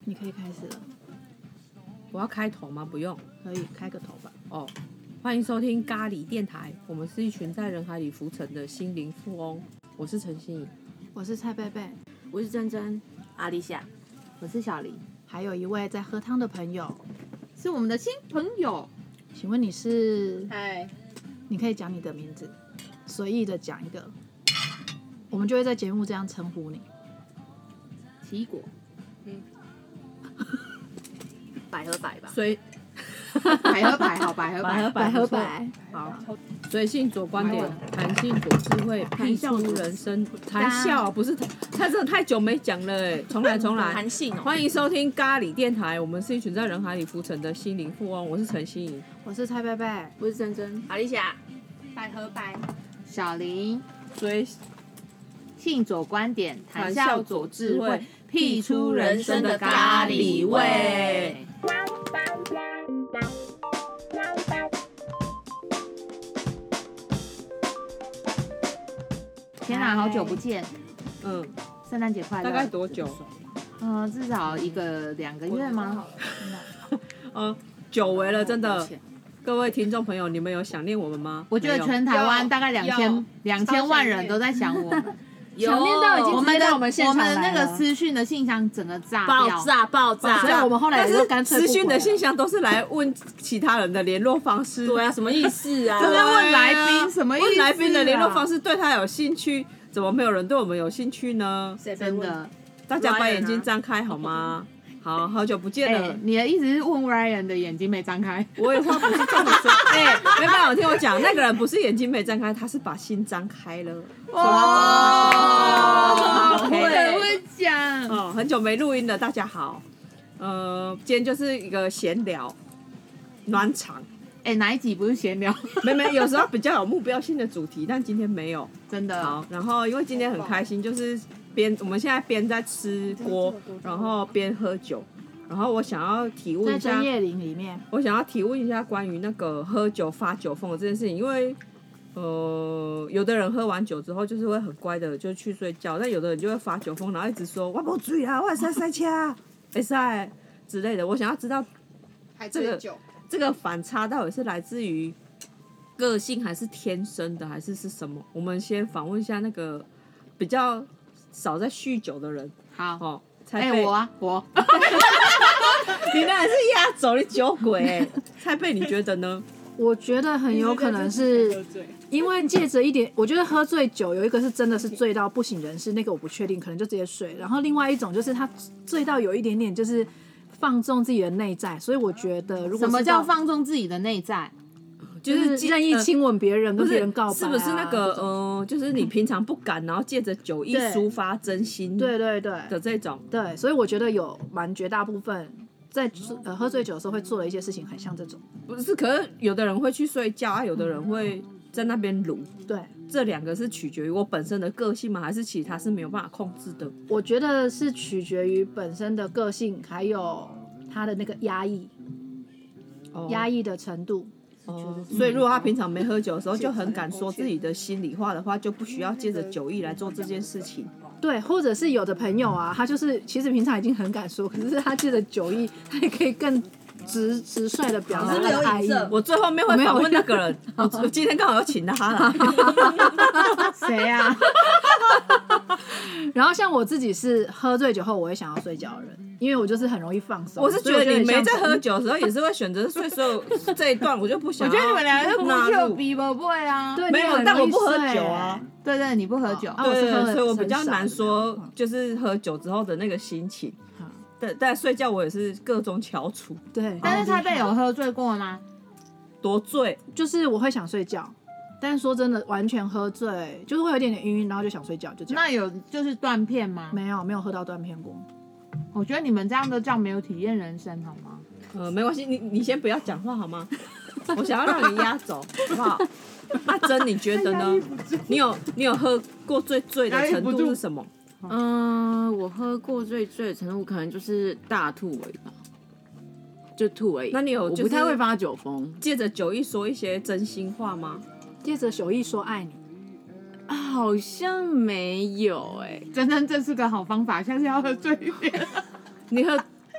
你可以开始了。 我要开头吗？不用， 可以开个头吧。 哦。欢迎收听咖喱电台，我们是一群在人海里浮沉的心灵富翁。我是陈欣怡， 我是蔡贝贝， 我是珍珍， 阿丽夏， 我是小黎， 还有一位在喝汤的朋友， 是我们的新朋友。 请问你是？ 嗨， 你可以讲你的名字，随意的讲一个，我们就会在节目这样称呼你。 奇异果， 百合百吧， 百合百好，百合百， 百合百， 好，随性左观点，弹性左智慧，辟出人生。谈笑不是，他真的太久没讲了哎，重来。 弹性哦。 欢迎收听咖喱电台，我们是一群在人海里浮沉的心灵富翁。我是陈欣怡， 我是蔡贝贝， 我是珍珍， 阿丽夏， 百合百， 小林， 随性左观点， 谈笑左智慧， 辟出人生的咖喱味。天哪，好久不见！圣诞节快乐！ 大概多久？ 至少2个月吗？ 久违了，真的。各位听众朋友，你们有想念我们吗？ 我觉得全台湾大概2000万人都在想我们。 想念到已经直接到我们现场来了。 我们的那个私讯的信箱整个炸掉，爆炸， 所以我们后来就干脆不回了。 私讯的信箱都是来问其他人的联络方式。 对啊，什么意思啊？ 就在问来宾什么意思？ 问来宾的联络方式对他有兴趣，怎么没有人对我们有兴趣呢？ 真的， 大家把眼睛张开好吗？好久不见了。 你的意思是问 Ryan 的眼睛没张开？ 我也话不是这么说。没有，听我讲，那个人不是眼睛没张开，他是把心张开了。 会讲。 很久没录音了，大家好。今天就是一个闲聊暖场。 哪一集不是闲聊？ 没，有时候比较有目标性的主题，但今天没有。 真的。 好，然后因为今天很开心，就是我们现在边在吃锅，然后边喝酒，然后我想要提问一下， 在针叶林里面， 我想要提问一下关于那个喝酒发酒疯的这件事情，因为有的人喝完酒之后就是会很乖的就去睡觉，但有的人就会发酒疯，然后一直说我没醉啊，我塞车，塞之类的。我想要知道这个反差到底是来自于个性还是天生的，还是什么？我们先访问一下那个比较少在酗酒的人。 好， 我，你那是压轴的酒鬼蔡贝，你觉得呢？ 我觉得很有可能是因为借着一点，我觉得喝醉酒有一个是真的是醉到不省人事，那个我不确定，可能就直接睡。然后另外一种就是他醉到有一点点就是放纵自己的内在，所以我觉得如果什么叫放纵自己的内在？ 就是任意亲吻别人，跟别人告白， 是不是那个就是你平常不敢，然后借着酒意抒发真心， 对的这种。 对，所以我觉得有绝大部分在喝醉酒的时候会做的一些事情很像这种。 不是，可是有的人会去睡觉啊，有的人会在那边撸。 对， 这两个是取决于我本身的个性吗？还是其他是没有办法控制的？ 我觉得是取决于本身的个性，还有他的那个压抑的程度。 所以如果他平常没喝酒的时候就很敢说自己的心里话的话，就不需要借着酒意来做这件事情。 对，或者是有的朋友啊，他就是其实平常已经很敢说，可是他借着酒意，他也可以更直率的表达他的爱意。 我最后面会访问那个人，我今天刚好要请他来。 谁啊？ 然后像我自己是喝醉酒后我会想要睡觉的人，因为我就是很容易放松。 我是觉得你没在喝酒的时候也是会选择睡，所以这一段我就不想要。 我觉得你们两个是不就比不会啊？ 对， 没有，但我不喝酒啊。 对，你不喝酒， 对，所以我比较难说，就是喝酒之后的那个心情。对，但睡觉我也是各种翘楚。 对， 但是他被有喝醉过吗？ 多醉？ 就是我会想睡觉。但是说真的，完全喝醉就是会有一点点晕，然后就想睡觉，就这样。 那有就是断片吗？ 没有喝到断片过。 我觉得你们这样都叫没有体验人生，好吗？ 没关系，你先不要讲话好吗？我想要让你压走，好不好？阿珍，你觉得呢？你有喝过最醉的程度是什么？ 我喝过最醉的程度可能就是大吐而已吧，就吐而已。 那你有、 我不太会发酒疯， 借着酒意说一些真心话吗？ 借着酒意说爱你？ 好像没有真的这是个好方法，下次要喝醉一点。 你喝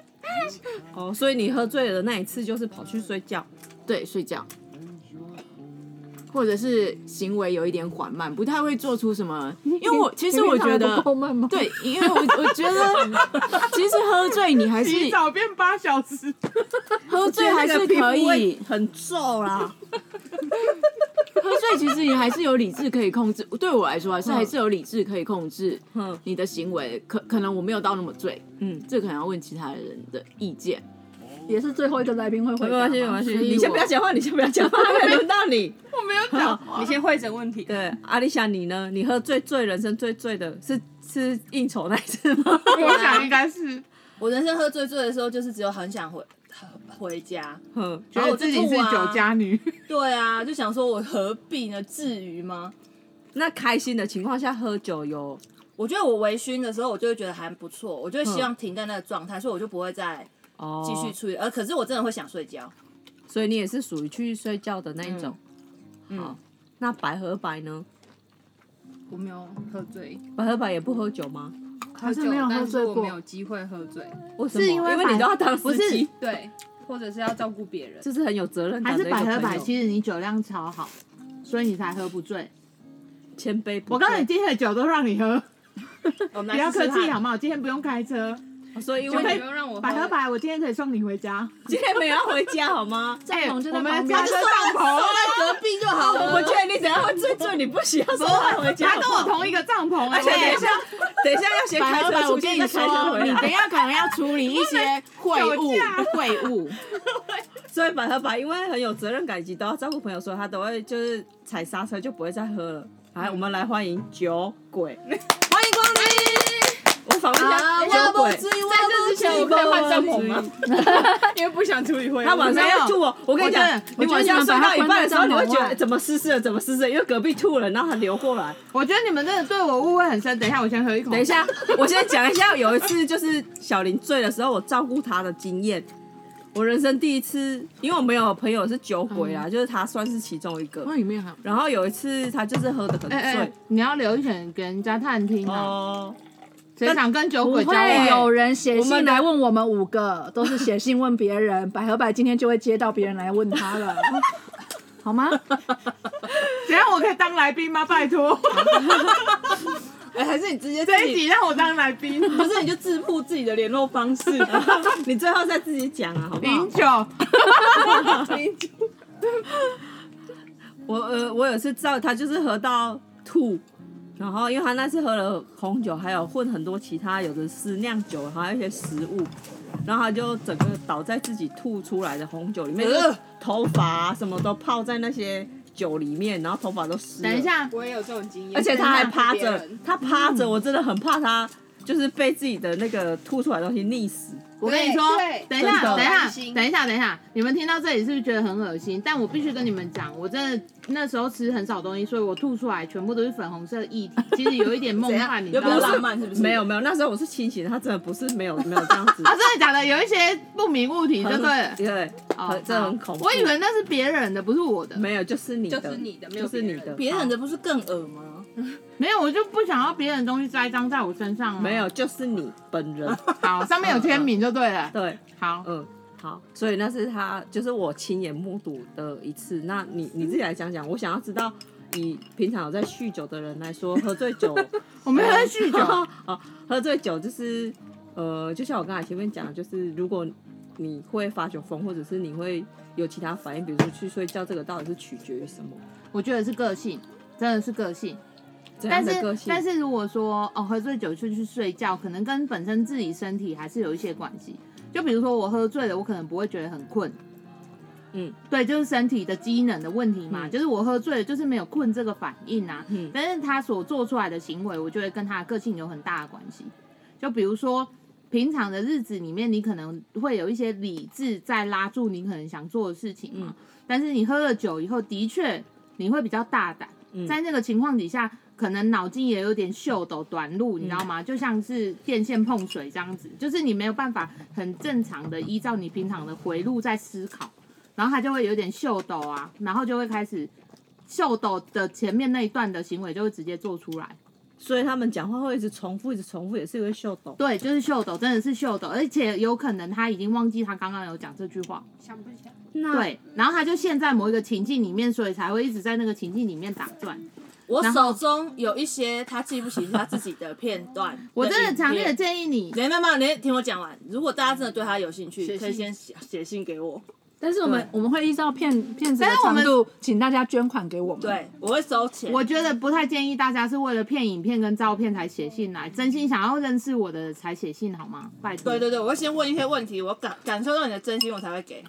哦，所以你喝醉了的那一次就是跑去睡觉。 对，睡觉，或者是行为有一点缓慢，不太会做出什么。因为其实我觉你得不够慢吗？ 对，因为我觉得其实喝醉你还是洗澡变8小时， 喝醉还是可皮肤以会，很皱啦。 喝醉其实你还是有理智可以控制。对我来说还是有理智可以控制你的行为。可能我没有到那么醉，这可能要问其他人的意见。 也是最后一个来宾会回答吗。 没关系，没关系， 所以你先不要讲话，你先不要讲话，还没轮到你。 我没有讲话。 你先会诊问题。 对，阿丽莎，你呢？你喝醉，人生最醉的是应酬那一次吗？ 我想应该是我人生喝醉的时候，就是只有很想回家， 觉得自己是酒家女。 对啊，就想说我何必呢？至于吗？ 那开心的情况下喝酒有？ 我觉得我微醺的时候，我就会觉得还不错，我就会希望停在那个状态，所以我就不会再继续处理。可是我真的会想睡觉， 所以你也是属于去睡觉的那一种。好，那百合白呢？ 我没有喝醉， 百合白也不喝酒吗？ 还是没有喝但是醉过我没。有机会喝醉， 为什么？ 是因为因为你都要当司机， 对，或者是要照顾别人。 这是很有责任感还是的一个朋友。 百合白，其实你酒量超好，所以你才喝不醉。 谦卑不醉。 我告诉你，今天的酒都让你喝， 我们不要来试试看客气好不好？今天不用开车， 所以因为就可以不用让我喝百合白，我今天可以送你回家。 今天没有要回家好吗？ 帐篷就在我们旁边家就帐篷， 在隔壁就好了。 我觉得你等一下会醉，你不需要送他回家。 他跟我同一个帐篷， 而且等一下要先开百合白， 车出去， 我跟你再开车说， 回来。 你等一下可能要处理一些会务。 所以百合白因为很有责任感以及都要照顾朋友，所以他都会就是踩刹车，就不会再喝了。来，我们来欢迎酒鬼，欢迎光临。我访问一下酒鬼。 在这之前我可以换帐篷吗？ 因为不想处理会。 他晚上要吐我跟你讲，你晚上睡到一半的时候，你会觉得怎么湿湿的，怎么湿湿的，因为隔壁吐了，然后它流过来。 我觉得你们真的对我误会很深。等一下，我先喝一口。 等一下，我先讲一下，有一次就是小林醉的时候，我照顾他的经验。我人生第一次，因为我没有朋友是酒鬼啦，就是他算是其中一个。 那里面还有然后有一次他就是喝得很醉。 你要留一点给人家探听啊！ 哦， 谁想跟酒不鬼交往？ 会有人写信来问我们5个，都是写信问别人。百合白今天就会接到别人来问他了，好吗？ 等一下我可以当来宾吗？拜托， 还是你直接这一集让我当来宾。 不是你就自曝自己的联络方式， 你最后再自己讲啊，好不好饮？酒， 我有一次知道他就是喝到吐，然后因为他那次喝了红酒，还有混很多其他有的是酿酒，还有一些食物，然后他就整个倒在自己吐出来的红酒里面，就是头发啊什么都泡在那些酒里面，然后头发都湿了。 等一，下， 我也有这种经验， 而且他还趴着别人， 他趴着，我真的很怕他就是被自己的那个吐出来的东西溺死。 我跟你说对， 等一下， 真的等一下担，心等一下，等一下，你们听到这里是不是觉得很恶心？但我必须跟你们讲，我真的那时候吃很少东西，所以我吐出来全部都是粉红色的液体，其实有一点梦幻，你知有比较道吗？ 浪漫是不是？ 没有，那时候我是清醒的，他真的不是没有这样子。 啊，真的假的？有一些不明物体，对不对？ 对， 哦这很恐怖。 我以为那是别人的，不是我的。 没有，就是你的， 就是你的，没有就是你的， 别人的不是更恶吗？ 没有，我就不想要别人的东西栽赃在我身上啊。 没有，就是你本人。 好，上面有签名就对了。 对， 好， 好，所以那是他，就是我亲眼目睹的一次。那你自己来讲讲，我想要知道，以平常有在酗酒的人来说，喝醉酒， 我没有在酗酒。 哦，喝醉酒就是就像我刚才前面讲的，就是如果你会发酒疯，或者是你会有其他反应，比如说去睡觉，这个到底是取决于什么？ 我觉得是个性，真的是个性。 怎样的个性？ 但是如果说喝醉酒去睡觉，可能跟本身自己身体还是有一些关系。就比如说我喝醉了，我可能不会觉得很困。对，就是身体的机能的问题嘛，就是我喝醉了，就是没有困这个反应啊。但是他所做出来的行为，我觉得跟他的个性有很大的关系。就比如说平常的日子里面，你可能会有一些理智在拉住你可能想做的事情嘛，但是你喝了酒以后，的确你会比较大胆。在那个情况底下，可能脑筋也有点秀抖短路，你知道吗？就像是电线碰水这样子，就是你没有办法很正常的依照你平常的回路在思考，然后它就会有点秀抖啊，然后就会开始秀抖的前面那一段的行为就会直接做出来。 所以他们讲话会一直重复，也是因为秀抖。 对，就是秀抖，真的是秀抖，而且有可能他已经忘记他刚刚有讲这句话。 想不起来。 对，然后他就陷在某一个情境里面，所以才会一直在那个情境里面打转。 我手中有一些他记不起他自己的片段， 我真的强烈的建议你， 没，你听我讲完。如果大家真的对他有兴趣，可以先写信给我。 但是我们会依照片子的长度，请大家捐款给我们。 对，我会收钱。 我觉得不太建议大家是为了骗影片跟照片才写信来，真心想要认识我的才写信好吗？拜托。 对，我会先问一些问题，我感受到你的真心，我才会给。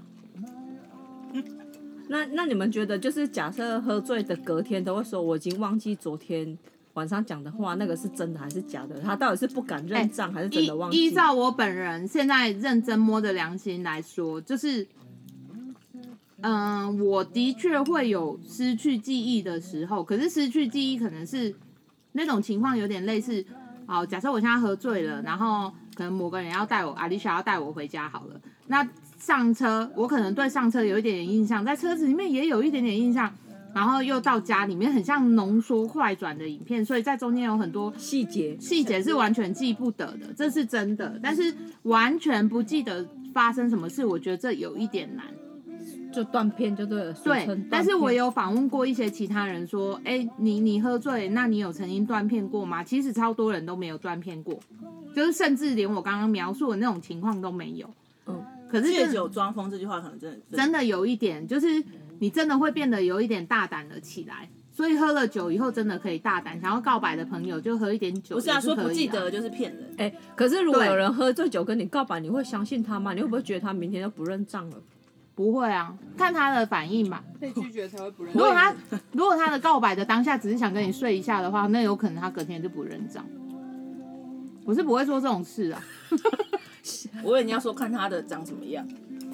那你们觉得，就是假设喝醉的隔天都会说我已经忘记昨天晚上讲的话，那个是真的还是假的？他到底是不敢认账，还是真的忘记？ 依照我本人现在认真摸着良心来说，就是，我的确会有失去记忆的时候，可是失去记忆可能是那种情况有点类似，好，假设我现在喝醉了，然后可能某个人要带我，阿丽莎要带我回家好了，那上车，我可能对上车有一点点印象，在车子里面也有一点点印象，然后又到家里面，很像浓缩快转的影片，所以在中间有很多细节是完全记不得的，这是真的。但是完全不记得发生什么事，我觉得这有一点难， 就断片就对了。 对，但是我有访问过一些其他人说，你喝醉，那你有曾经断片过吗？其实超多人都没有断片过，就是甚至连我刚刚描述的那种情况都没有。可是借酒装疯这句话可能真的有一点，就是你真的会变得有一点大胆了起来。所以喝了酒以后真的可以大胆，想要告白的朋友就喝一点酒。 不是说不记得就是骗人。 可是如果有人喝醉酒跟你告白，你会相信他吗？你会不会觉得他明天就不认账了？ 不会啊，看他的反应吧。 被拒绝才会不认。 如果他的告白的当下只是想跟你睡一下的话，那有可能他隔天就不认账。我是不会做这种事啊。 我以为你要说看他的长什么样。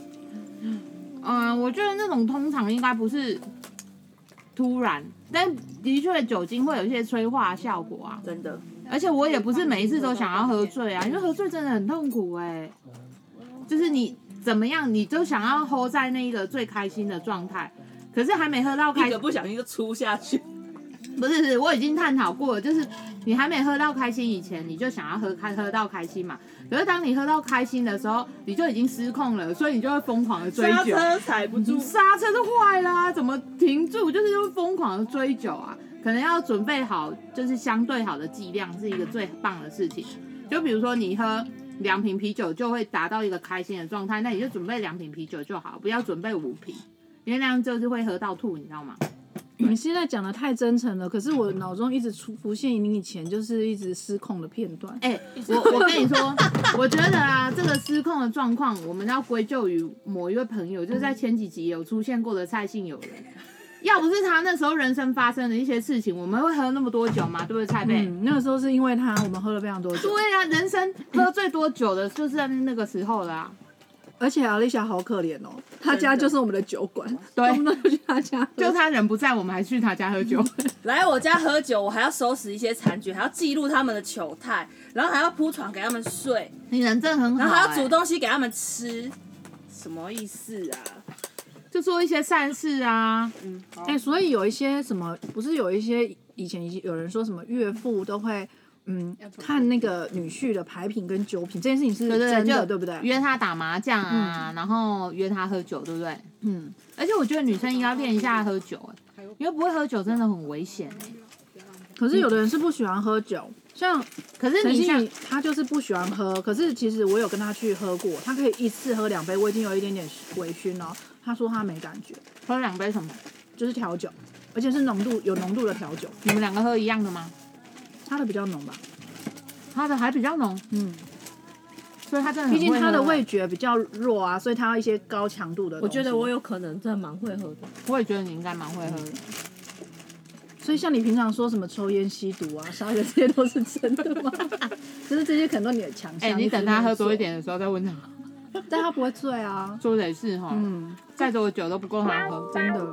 我觉得那种通常应该不是突然，但的确酒精会有一些催化效果啊， 真的。 而且我也不是每一次都想要喝醉啊，因为喝醉真的很痛苦就是你怎么样，你就想要 hold 在那个最开心的状态，可是还没喝到开心， 一个不小心就出下去。 不是，我已经探讨过了，就是你还没喝到开心以前，你就想要喝到开心嘛。可是当你喝到开心的时候，你就已经失控了，所以你就会疯狂的追酒， 刹车踩不住， 刹车就坏啦，怎么停住？就是会疯狂的追酒啊。可能要准备好，就是相对好的剂量是一个最棒的事情。就比如说你喝2瓶啤酒就会达到一个开心的状态，那你就准备2瓶啤酒就好，不要准备5瓶，因为那样就是会喝到吐，你知道吗？ 你现在讲的太真诚了，可是我脑中一直浮现你以前就是一直失控的片段。 我跟你说，我觉得啊，这个失控的状况，我们要归咎于某一位朋友，就是在前几集有出现过的蔡姓友人。要不是他那时候人生发生的一些事情，我们会喝那么多酒吗？对不对，蔡贝？ 那个时候是因为他，我们喝了非常多酒。 对啊，人生喝最多酒的就是在那个时候啦。 而且阿丽莎好可怜哦，他家就是我们的酒馆， 对， 我们都去他家， 就他人不在，我们还去他家喝酒。 来我家喝酒，我还要收拾一些残局，还要记录他们的糗态，然后还要铺床给他们睡， 你人真的很好， 然后还要煮东西给他们吃，什么意思啊？ 就做一些善事啊。 所以有一些什么，不是有一些以前有人说什么岳父都会。看那个女婿的牌品跟酒品，这件事情是真的，对不对？ 约他打麻将啊，然后约他喝酒，对不对？而且我觉得女生应该练一下喝酒，因为不会喝酒真的很危险。 可是有的人是不喜欢喝酒，像可是你像他就是不喜欢喝，可是其实我有跟他去喝过，他可以一次喝2杯，我已经有一点点微醺了。他说他没感觉， 喝2杯什么？ 就是调酒，而且是有浓度的调酒。 你们2个喝一样的吗？ 他的比较浓吧， 他的还比较浓，所以他真的很会喝。 毕竟他的味觉比较弱啊，所以他要一些高强度的东西。 我觉得我有可能真的蛮会喝的， 我也觉得你应该蛮会喝的。 所以像你平常说什么抽烟、吸毒啊、杀人，这些都是真的吗？就是这些可能都你的强项。 你等他喝多一点的时候再问他。 但他不会醉啊， 说的也是哈，再多的酒都不够他喝， 真的。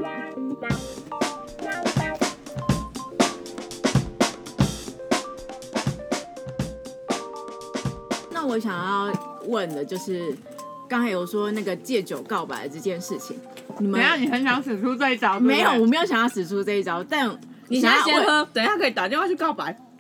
我想要问的就是，刚才有说那个借酒告白这件事情，你很想使出这一招？ 没有，我没有想要使出这一招，但你现在先喝，等一下可以打电话去告白。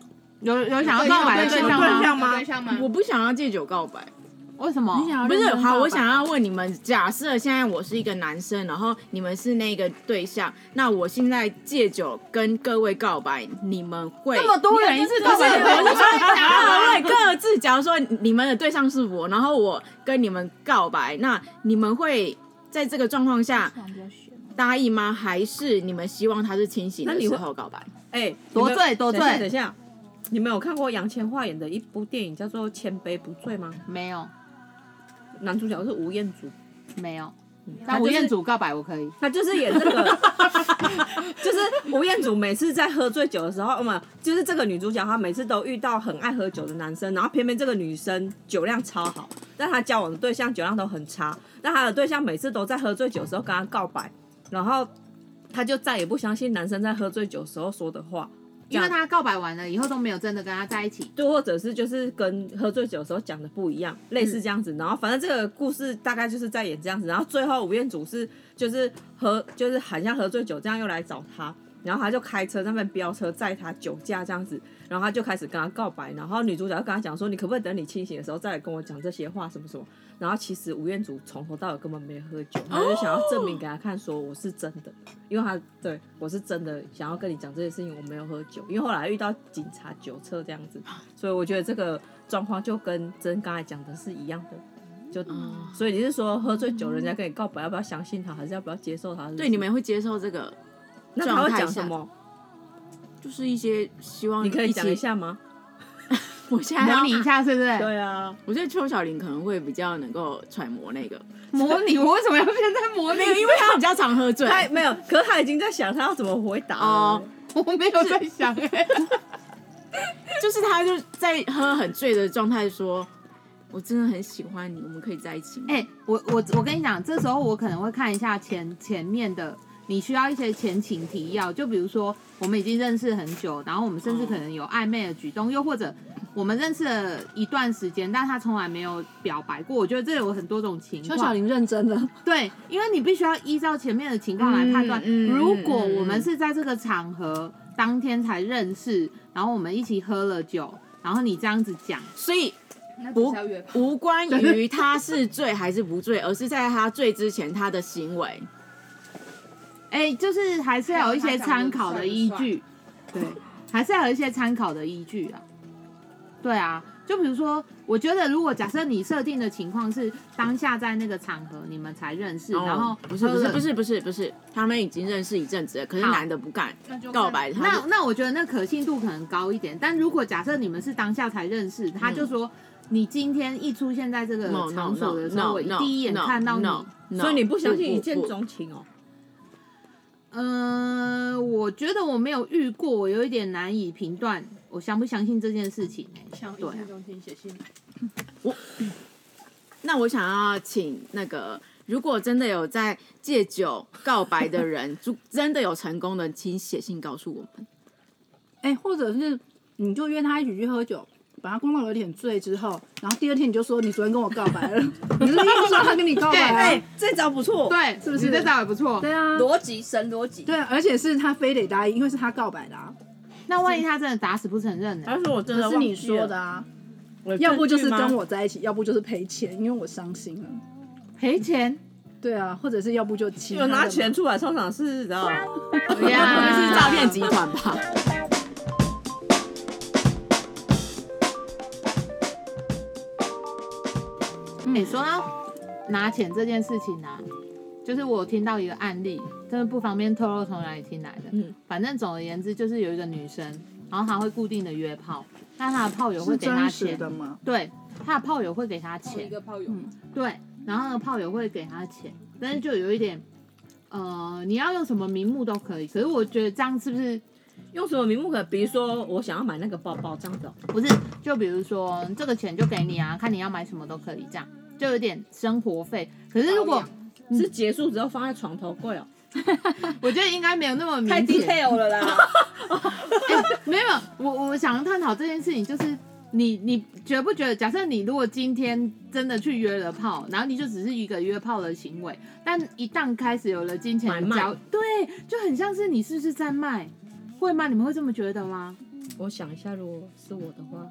有想要告白的对象吗？ 有对象吗？ 我不想要借酒告白。 为什么？ 你想要不是好， 认真告白我想要问你们，假设现在我是一个男生，然后你们是那个对象，那我现在借酒跟各位告白，你们会那么多人一次告白， 我是说各自，假如说你们的对象是我，然后我跟你们告白，那你们会在这个状况下答应吗？还是你们希望他是清醒的时候告白？ 哎， 多醉多醉等一下，你们有看过杨千嬅演的一部电影叫做《千杯不醉》吗？ 没有男主角是吴彦祖， 没有。但吴彦祖告白我可以， 他就是演这个，就是吴彦祖每次在喝醉酒的时候，就是这个女主角，她每次都遇到很爱喝酒的男生，然后偏偏这个女生酒量超好，但她交往的对象酒量都很差，但她的对象每次都在喝醉酒的时候跟她告白，然后她就再也不相信男生在喝醉酒的时候说的话。 因为他告白完了以后都没有真的跟他在一起， 对，或者是就是跟喝醉酒的时候讲的不一样，类似这样子。然后反正这个故事大概就是在演这样子。然后最后吴彦祖就是很像喝醉酒这样又来找他，然后他就开车在那边飙车载他酒驾这样子，然后他就开始跟他告白。然后女主角就跟他讲说，你可不可以等你清醒的时候再来跟我讲这些话什么什么。然后其实吴彦祖从头到尾根本没喝酒，他就想要证明给他看说我是真的，因为他对我是真的想要跟你讲这些事情，我没有喝酒。因为后来遇到警察酒测这样子，所以我觉得这个状况就跟真刚才讲的是一样的。所以你是说喝醉酒人家跟你告白，要不要相信他，还是要不要接受他？ 对，你们会接受这个那他会状态下？ 讲什么？ 就是一些希望你可以讲一起。 下吗？ 我现在要模拟一下是不是？ 对啊， 我觉得邱小玲可能会比较能够揣摩那个， 模拟，我为什么要现在模拟？ 因为他比较常喝醉。 他没有，可是他已经在想他要怎么回答了。 哦， 我没有在想就是他就在喝很醉的状态说：“我真的很喜欢你，我们可以在一起吗？” 我跟你讲，这时候我可能会看一下前面的，你需要一些前情提要，就比如说我们已经认识很久，然后我们甚至可能有暧昧的举动，又或者我们认识了一段时间，但他从来没有表白过。我觉得这有很多种情况。 邱小玲认真了， 对，因为你必须要依照前面的情况来判断。如果我们是在这个场合当天才认识，然后我们一起喝了酒，然后你这样子讲， 所以那只是要约炮无关于他是醉还是不醉，而是在他醉之前他的行为。 就是还是要有一些参考的依据。对，还是要有一些参考的依据啊。对啊，就比如说，我觉得如果假设你设定的情况是当下在那个场合你们才认识，然后不是，他们已经认识一阵子了，可是男的不敢告白他。 那我觉得那可信度可能高一点。但如果假设你们是当下才认识，他就说你今天一出现在这个场所的时候，我第一眼看到你， 所以你不相信一见钟情哦？ 我觉得我没有遇过，我有一点难以评断我相不相信这件事情。 像一见钟情写信来。 那我想要请那个，如果真的有在借酒告白的人，真的有成功的，请写信告诉我们。 或者是你就约他一起去喝酒，把他逛到有点醉之后，然后第二天你就说你昨天跟我告白了，你是又说他跟你告白这招不错， 对， 是不是你这招也不错。 对啊， 神逻辑。 对啊，而且是他非得答应，因为是他告白的啊。 那万一他真的打死不承认呢？ 他说我真的这是你说的啊，要不就是跟我在一起，要不就是赔钱，因为我伤心了。 赔钱？ 对啊，或者是要不就其他有拿钱出来，通常是知道， 不是诈骗集团吧？ 说到拿钱这件事情啊，就是我听到一个案例，真的不方便透露从哪里听来的。反正总而言之，就是有一个女生，然后她会固定的约炮，但她的炮友会给她钱的吗？ 对，她的炮友会给她钱， 一个炮友， 对，然后那个炮友会给她钱，但是就有一点，你要用什么名目都可以，可是我觉得这样是不是用什么名目可？比如说我想要买那个包包这样子不是？就比如说这个钱就给你啊，看你要买什么都可以，这样就有点生活费。可是如果是结束之后放在床头柜哦， 我觉得应该没有那么明太显。 detail 了啦。 没有，我想要探讨这件事情，就是你觉不觉得，假设你如果今天真的去约了炮，然后你就只是一个约炮的行为，但一旦开始有了金钱的交，对，就很像是你是不是在卖？会吗？你们会这么觉得吗？ 我想一下，如果是我的话，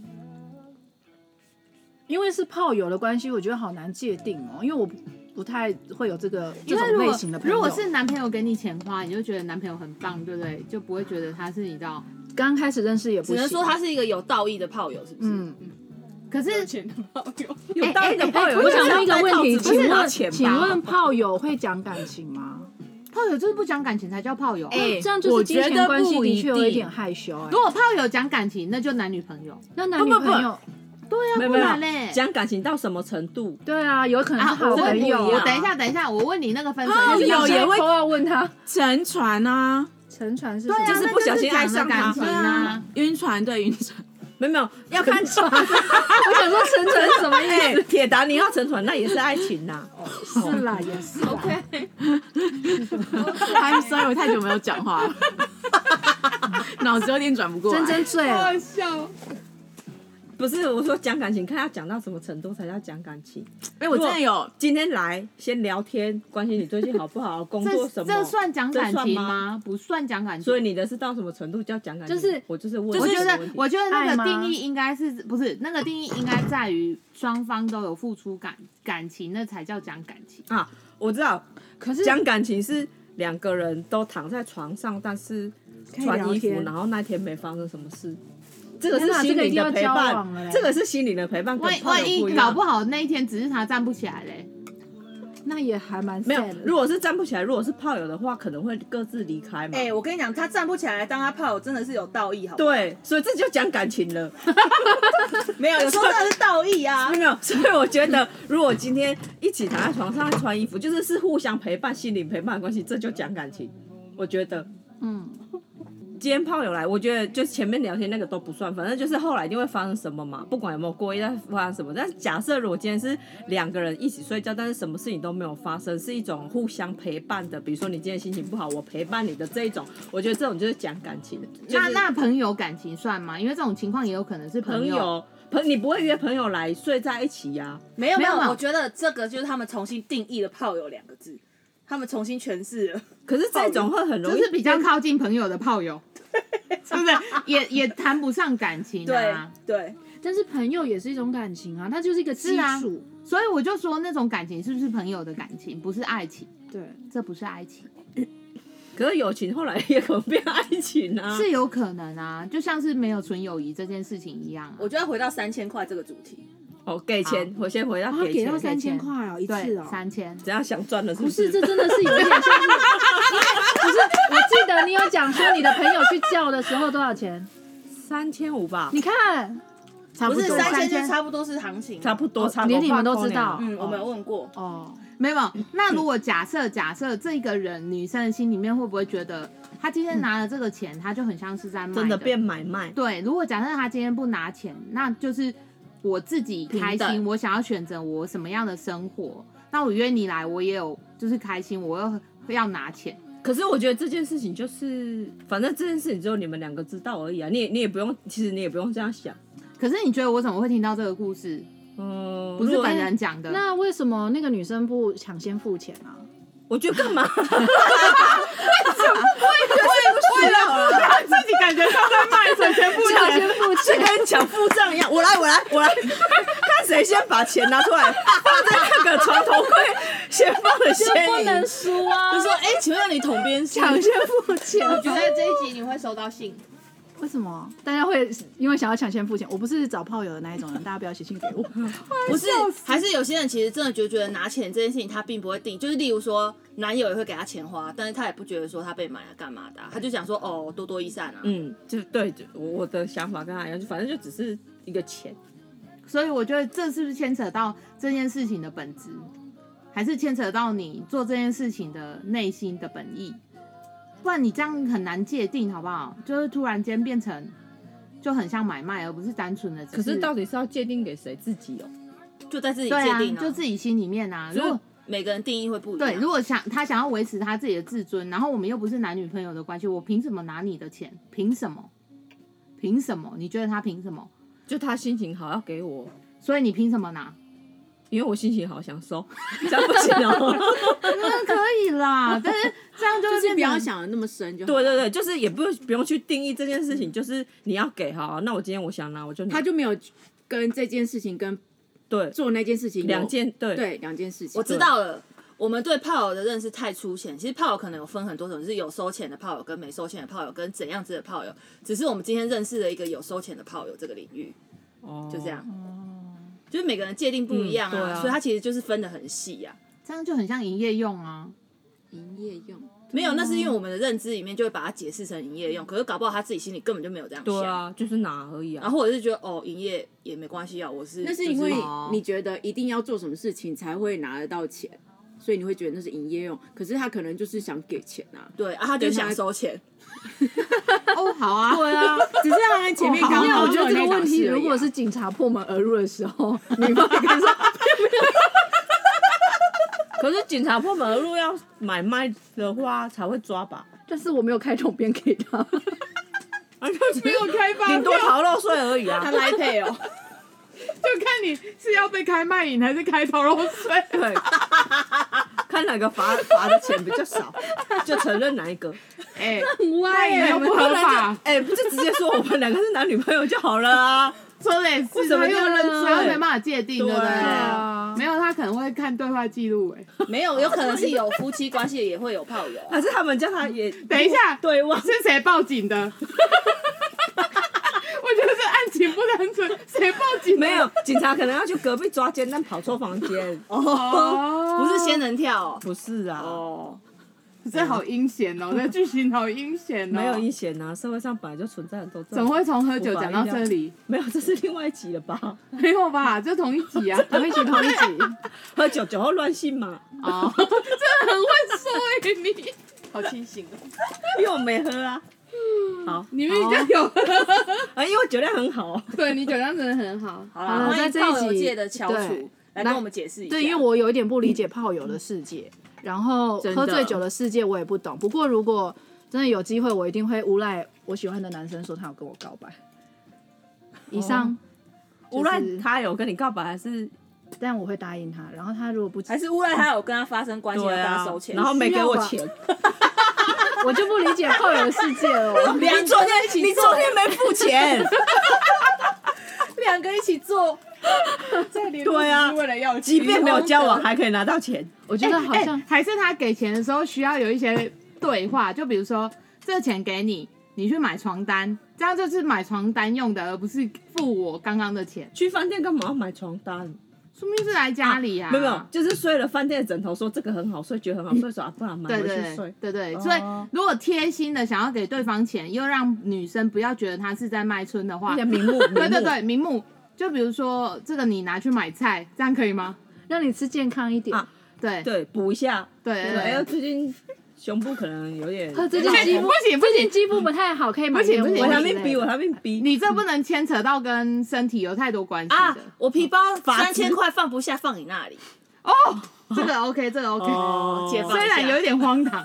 因为是炮友的关系，我觉得好难界定哦，因为我不太会有这种类型的朋友。 如果是男朋友给你钱花，你就觉得男朋友很棒，对不对？就不会觉得他是你知道。 刚开始认识也不行， 只能说他是一个有道义的炮友，是不是？ 可是钱的炮友， 有道理的炮友， 我想问一个问题，请问问炮友会讲感情吗？ 炮友就是不讲感情才叫炮友啊。 这样就是金钱关系的确有一点害羞。 如果炮友讲感情，那就男女朋友。 那男女朋友， 对啊， 没有不然嘞。 讲感情到什么程度？ 对啊，有可能是好朋友。 我等一下，我问你那个分手， 有也会要问他沉船啊， 沉船是对啊， 就是不小心爱上他感情啊， 晕船对晕船。 没有要看船。 我想说沉船是什么意思？ 铁达尼号沉船那也是爱情呐。 是啦，也是。 OK。 I'm sorry， 我太久没有讲话了，脑子有点转不过来。 真醉了。 笑。 不是我说讲感情，看要讲到什么程度才叫讲感情。 我真的有今天来先聊天，关心你最近好不好，工作什么， 这算讲感情吗？ 吗？不算讲感情。 所以你的是到什么程度叫讲感情？ 就是我就是问， 我觉得那个定义应该是不是那个定义应该在于双方都有付出感情，那才叫讲感情啊。我知道， 可是讲感情是两个人都躺在床上，但是穿衣服，然后那天没发生什么事。这个是心灵的陪伴，这个是心灵的陪伴，跟炮友不一样。 搞不好那一天只是他站不起来嘞， 那也还蛮没有。如果是站不起来，如果是炮友的话，可能会各自离开嘛。 我跟你讲，他站不起来当他炮友真的是有道义，好不好？对，所以这就讲感情了。 没有，有时候那是道义啊。 没有，所以我觉得，如果今天一起躺在床上穿衣服，就是互相陪伴、心灵陪伴的关系，这就讲感情。我觉得，今天炮友来，我觉得就前面聊天那个都不算，反正就是后来一定会发生什么嘛，不管有没有过夜，发生什么。但是假设如果今天是两个人一起睡觉，但是什么事情都没有发生，是一种互相陪伴的，比如说你今天心情不好，我陪伴你的这一种，我觉得这种就是讲感情的。 那朋友感情算吗？因为这种情况也有可能是朋友。 你不会约朋友来睡在一起呀？ 没有，我觉得这个就是他们重新定义了炮友2个字，他们重新诠释了。 可是这种会很容易， 就是比较靠近朋友的炮友。是不是也谈不上感情啊？ 对， 但是朋友也是一种感情啊，它就是一个基础。 所以我就说那种感情是不是朋友的感情，不是爱情？ 对， 这不是爱情。 可是友情后来也可能变爱情啊， 是有可能啊，就像是没有纯友谊这件事情一样啊。 我觉得回到3000块这个主题。 给钱，我先回到给钱， 给到3000块哦，一次哦 ，3000， 怎样想赚了是不是？ 这真的是有点像是，不是？我记得你有讲说你的朋友去叫的时候多少钱 ？3500吧。 你看， 不是3000，就差不多是行情， 差不多， 连你们都知道。 我没有问过哦， 没有。那如果假设这个人女生的心里面会不会觉得，她今天拿了这个钱，她就很像是在卖真的变买卖？ 对，如果假设她今天不拿钱，那就是我自己开心，我想要选择我什么样的生活。那我约你来，我也有就是开心，我又要拿钱。 可是我觉得这件事情就是，反正这件事情只有你们2个知道而已啊，你也不用，其实你也不用这样想。 可是你觉得我怎么会听到这个故事？不是本人讲的。 那为什么那个女生不抢先付钱啊？ 我觉得干嘛？为什么？ 为了自己感觉像在卖，所以先付钱， 就跟抢付账一样。我来，看谁先把钱拿出来，放在那个床头柜，先放了先赢。 不能输啊！ 就说请问你统编抢先付钱？ 我觉得这一集你会收到信。 为什么大家会因为想要抢先付钱？我不是找炮友的那一种人，大家不要写信给我。 不是，还是有些人其实真的觉得拿钱这件事情他并不会定，就是例如说男友也会给他钱花，但是他也不觉得说他被买了干嘛的，他就想说多多益善啊。 就对，我的想法跟他一样，反正就只是一个钱。 所以我觉得这是不是牵扯到这件事情的本质，还是牵扯到你做这件事情的内心的本意？不然你这样很难界定，好不好？就是突然间变成就很像买卖，而不是单纯的。 可是到底是要界定给谁自己哦？ 就在自己界定就自己心里面啊。如果每个人定义会不一样。 对，如果他想要维持他自己的自尊，然后我们又不是男女朋友的关系，我凭什么拿你的钱？凭什么？凭什么？你觉得他凭什么？ 就他心情好要给我， 所以你凭什么拿？ 因为我心情好想收，这样不行哦。 可以啦，但是这样就会就是不要变成想的那么深就好。 对对对，就是也不用去定义这件事情，就是你要给好，那我今天我想拿我就拿。 他就没有跟这件事情跟对做那件事情有两件对两件事情。 我知道了。我们对炮友的认识太粗浅，其实炮友可能有分很多种，就是有收钱的炮友跟没收钱的炮友跟怎样子的炮友，只是我们今天认识了一个有收钱的炮友这个领域，就这样。就是每个人界定不一样啊，所以他其实就是分得很细啊。 这样就很像营业用啊。 营业用没有，那是因为我们的认知里面就会把它解释成营业用，可是搞不好他自己心里根本就没有这样想。 对啊，就是拿而已啊。 然后或者是觉得哦，营业也没关系啊，我是那是因为就是你觉得一定要做什么事情才会拿得到钱，所以你会觉得那是营业用。可是他可能就是想给钱啊， 对啊，他就想收钱。 哦，好啊， 对啊，只是他在前面刚好因为我觉得这个问题， 做那档事而已啊如果是警察破门而入的时候，你们会跟说可是警察破门而入要买卖的话才会抓吧？ 但是我没有开统编给他， 没有开发顶多逃漏税而已啊。 他来配哦， 就看你是要被开卖淫还是开逃漏税。 对，看哪个罚的钱比较少，就承认哪一个。 哎， 歪那也不合法。 哎，不就直接说我们两个是男女朋友就好了啊？ 说的也是， 什么他又认罪他又没办法界定，对不对？ 啊没有，他可能会看对话记录。哎， 没有可能是有夫妻关系的也会有炮友啊。 还是他们叫他也等一下， 对望？ 是谁报警的？我觉得这案情不单纯，谁报警的？ 没有，警察可能要去隔壁抓奸，但跑错房间。 哦， 不是仙人跳哦。 不是啊， 哦， 这好阴险哦，这剧情好阴险哦。 没有阴险啊，社会上本来就存在很多这种。 怎么会从喝酒讲到这里？ 没有，这是另外一集了吧？ 没有吧？就同一集啊， 同一集。 喝酒后乱性嘛？ 哦，真的很会说耶你， 好清醒哦。 因为我没喝啊。好， 你明明就有， 啊，因为我酒量很好。 对你酒量真的很好。 好了，欢迎在这一集炮友界的翘楚对来跟我们解释一下。 对，因为我有一点不理解炮友的世界，然后真的喝醉酒的世界我也不懂。不过如果真的有机会，我一定会诬赖我喜欢的男生说他有跟我告白。以上， 无论他有跟你告白还是但我会答应他。然后他如果不， 还是诬赖他有跟他发生关系，要跟他收钱， 然后没给我钱。 我就不理解炮友的世界了。 你昨天没付钱。 两个一起做， 对啊， 为了要钱， 即便没有交往还可以拿到钱。 我觉得好像还是他给钱的时候需要有一些对话，就比如说这钱给你，你去买床单，这样就是买床单用的，而不是付我刚刚的钱。 去饭店干嘛要买床单？ 说明是来家里啊， 没有，就是睡了饭店的枕头，说这个很好睡，觉得很好睡，说啊，不然买回去对对睡。 对对，所以如果贴心的想要给对方钱，又让女生不要觉得他是在卖春的话， 名目， 对对对，名目。就比如说这个你拿去买菜，这样可以吗？ 让你吃健康一点。 啊对对，补一下。 对对哎呦，最近胸部可能有点。 最近肌肤不行不行最近肌肤不太好，可以买点不行不行我我还还没逼，我还没逼。 你这不能牵扯到跟身体有太多关系啊的。！ 我皮包3000块放不下，放你那里。 哦，这个 OK，这个 OK， 解放一下虽然有一点荒唐。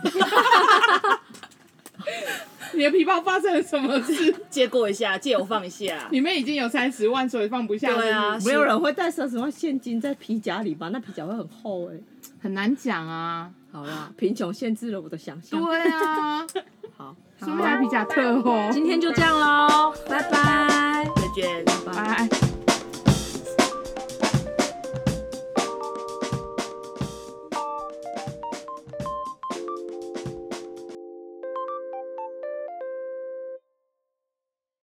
你的皮包发生了什么事？ 借过一下，借我放一下。 里面已经有30万，所以放不下。 对啊， 没有人会带30万现金在皮夹里吧？那皮夹会很厚哎。 很难讲啊。 好啦，贫穷限制了我的想象。 对啊， 好， 说明他皮夹特厚。 今天就这样喽，拜拜。 再见。 拜。